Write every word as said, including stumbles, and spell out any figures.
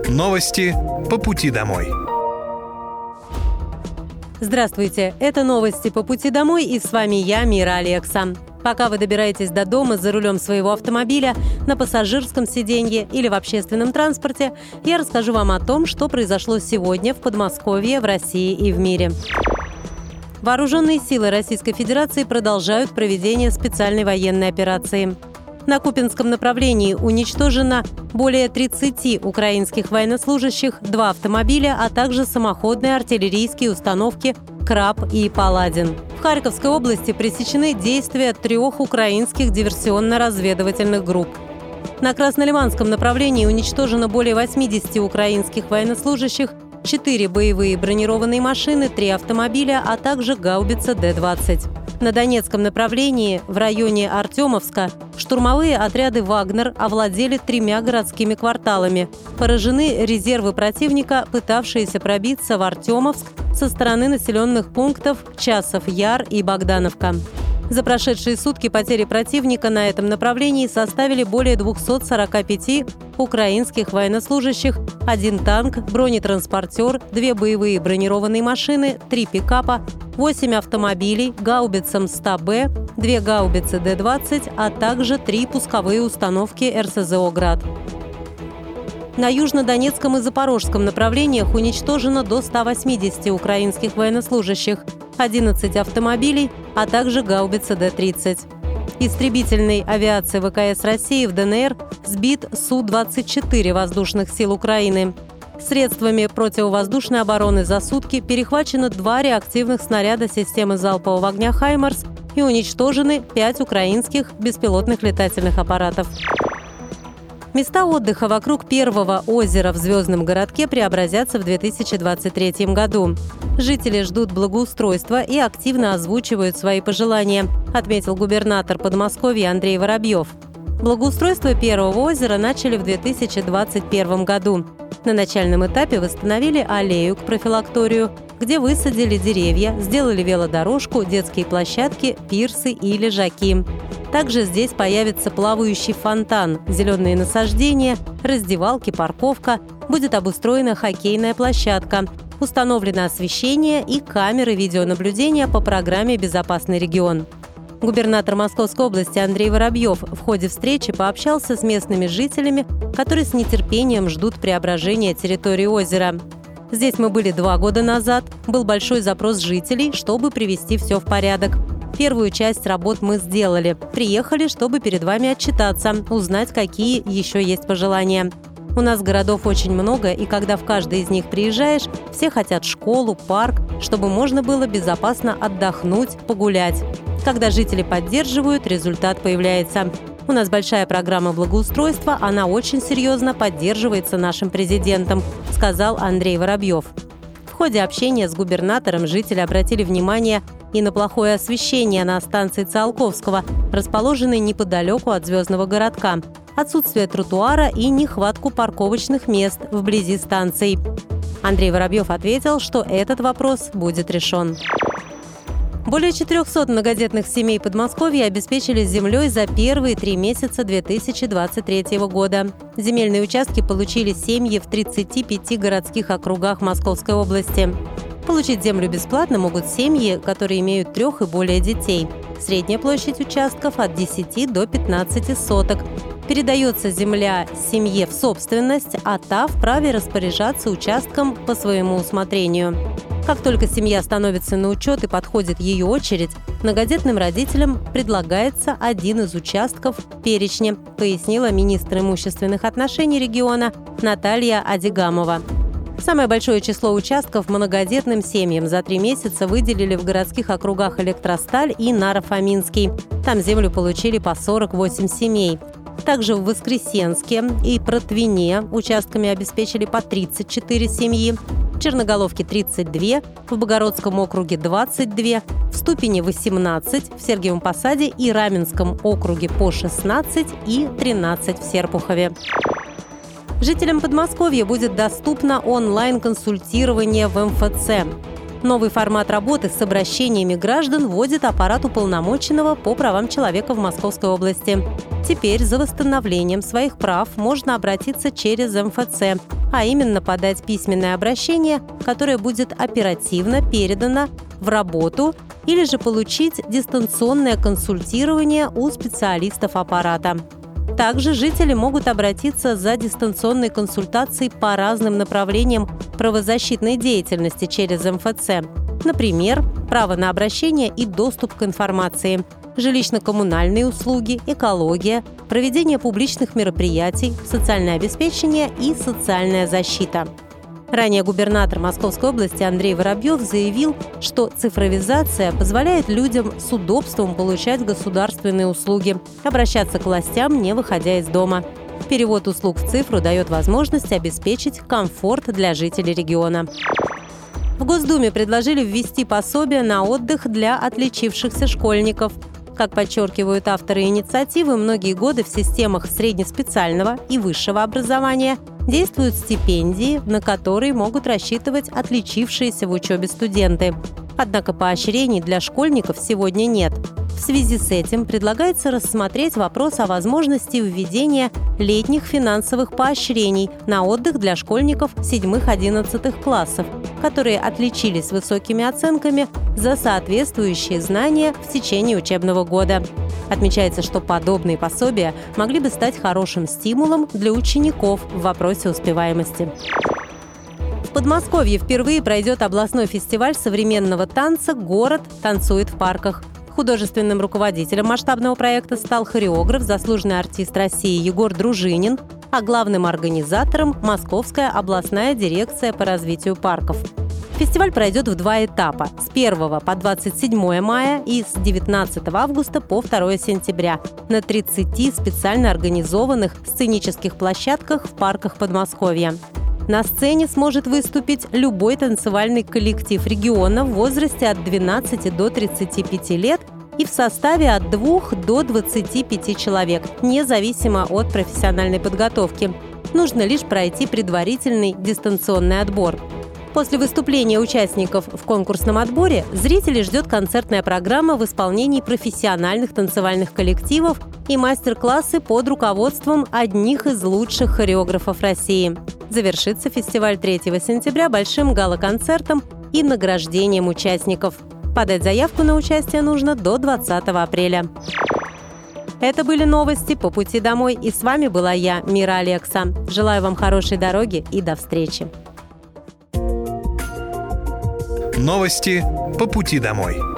Новости по пути домой. Здравствуйте, это новости по пути домой, и с вами я, Мира Алекса. Пока вы добираетесь до дома за рулем своего автомобиля, на пассажирском сиденье или в общественном транспорте, я расскажу вам о том, что произошло сегодня в Подмосковье, в России и в мире. Вооруженные силы Российской Федерации продолжают проведение специальной военной операции. На Купянском направлении уничтожено более тридцати украинских военнослужащих, два автомобиля, а также самоходные артиллерийские установки «Краб» и «Паладин». В Харьковской области пресечены действия трех украинских диверсионно-разведывательных групп. На Краснолиманском направлении уничтожено более восьмидесяти украинских военнослужащих, четыре боевые бронированные машины, три автомобиля, а также гаубица Д двадцать. На Донецком направлении в районе Артемовска штурмовые отряды «Вагнер» овладели тремя городскими кварталами. Поражены резервы противника, пытавшиеся пробиться в Артемовск со стороны населенных пунктов Часов Яр и Богдановка. За прошедшие сутки потери противника на этом направлении составили более двухсот сорока пяти украинских военнослужащих, один танк, бронетранспортер, две боевые бронированные машины, три пикапа, восемь автомобилей, гаубица М сто Б, две гаубицы Д двадцать, а также три пусковые установки Р С З О «Град». На южнодонецком и запорожском направлениях уничтожено до ста восьмидесяти украинских военнослужащих, одиннадцать автомобилей, а также гаубица Д тридцать. Истребительной авиации В К С России в Д Н Р сбит Су двадцать четыре воздушных сил Украины. Средствами противовоздушной обороны за сутки перехвачено два реактивных снаряда системы залпового огня «Хаймарс» и уничтожены пять украинских беспилотных летательных аппаратов. Места отдыха вокруг первого озера в Звездном городке преобразятся в две тысячи двадцать третьем году. Жители ждут благоустройства и активно озвучивают свои пожелания, отметил губернатор Подмосковья Андрей Воробьев. Благоустройство первого озера начали в две тысячи двадцать первом году. На начальном этапе восстановили аллею к профилакторию, где высадили деревья, сделали велодорожку, детские площадки, пирсы и лежаки. Также здесь появится плавающий фонтан, зеленые насаждения, раздевалки, парковка, будет обустроена хоккейная площадка, установлено освещение и камеры видеонаблюдения по программе «Безопасный регион». Губернатор Московской области Андрей Воробьев в ходе встречи пообщался с местными жителями, которые с нетерпением ждут преображения территории озера. Здесь мы были два года назад, был большой запрос жителей, чтобы привести все в порядок. Первую часть работ мы сделали. Приехали, чтобы перед вами отчитаться, узнать, какие еще есть пожелания. У нас городов очень много, и когда в каждый из них приезжаешь, все хотят школу, парк, чтобы можно было безопасно отдохнуть, погулять. Когда жители поддерживают, результат появляется. У нас большая программа благоустройства, она очень серьезно поддерживается нашим президентом, сказал Андрей Воробьев. В ходе общения с губернатором жители обратили внимание и на плохое освещение на станции Циолковского, расположенной неподалеку от Звездного городка, отсутствие тротуара и нехватку парковочных мест вблизи станций. Андрей Воробьев ответил, что этот вопрос будет решен. Более четырехсот многодетных семей Подмосковья обеспечились землей за первые три месяца две тысячи двадцать третьего года. Земельные участки получили семьи в тридцати пяти городских округах Московской области. Получить землю бесплатно могут семьи, которые имеют трех и более детей. Средняя площадь участков от десяти до пятнадцати соток. Передается земля семье в собственность, а та вправе распоряжаться участком по своему усмотрению. Как только семья становится на учет и подходит ее очередь, многодетным родителям предлагается один из участков в перечне, пояснила министр имущественных отношений региона Наталья Адигамова. Самое большое число участков многодетным семьям за три месяца выделили в городских округах Электросталь и Наро-Фоминский. Там землю получили по сорок восемь семей. Также в Воскресенске и Протвине участками обеспечили по тридцать четыре семьи, в Черноголовке – тридцать два, в Богородском округе – двадцать два, в Ступине – восемнадцать, в Сергиевом Посаде и Раменском округе по шестнадцать и тринадцать в Серпухове. Жителям Подмосковья будет доступно онлайн-консультирование в Эм Эф Цэ. Новый формат работы с обращениями граждан вводит аппарат уполномоченного по правам человека в Московской области. Теперь за восстановлением своих прав можно обратиться через эм эф цэ, а именно подать письменное обращение, которое будет оперативно передано в работу, или же получить дистанционное консультирование у специалистов аппарата. Также жители могут обратиться за дистанционной консультацией по разным направлениям правозащитной деятельности через эм эф цэ. Например, право на обращение и доступ к информации, жилищно-коммунальные услуги, экология, проведение публичных мероприятий, социальное обеспечение и социальная защита. Ранее губернатор Московской области Андрей Воробьев заявил, что цифровизация позволяет людям с удобством получать государственные услуги, обращаться к властям, не выходя из дома. Перевод услуг в цифру дает возможность обеспечить комфорт для жителей региона. В Госдуме предложили ввести пособие на отдых для отличившихся школьников. Как подчеркивают авторы инициативы, многие годы в системах среднеспециального и высшего образования действуют стипендии, на которые могут рассчитывать отличившиеся в учебе студенты. Однако поощрений для школьников сегодня нет. В связи с этим предлагается рассмотреть вопрос о возможности введения летних финансовых поощрений на отдых для школьников седьмых-одиннадцатых классов, которые отличились высокими оценками за соответствующие знания в течение учебного года. Отмечается, что подобные пособия могли бы стать хорошим стимулом для учеников в вопросе успеваемости. В Подмосковье впервые пройдет областной фестиваль современного танца «Город танцует в парках». Художественным руководителем масштабного проекта стал хореограф, заслуженный артист России Егор Дружинин, а главным организатором – Московская областная дирекция по развитию парков. Фестиваль пройдет в два этапа – с первого по двадцать седьмое мая и с девятнадцатого августа по второе сентября на тридцати специально организованных сценических площадках в парках Подмосковья. На сцене сможет выступить любой танцевальный коллектив региона в возрасте от двенадцати до тридцати пяти лет и в составе от двух до двадцати пяти человек, независимо от профессиональной подготовки. Нужно лишь пройти предварительный дистанционный отбор. После выступления участников в конкурсном отборе зрителей ждет концертная программа в исполнении профессиональных танцевальных коллективов и мастер-классы под руководством одних из лучших хореографов России. Завершится фестиваль третьего сентября большим гала-концертом и награждением участников. Подать заявку на участие нужно до двадцатого апреля. Это были новости по пути домой, и с вами была я, Мира Алекса. Желаю вам хорошей дороги и до встречи. Новости по пути домой.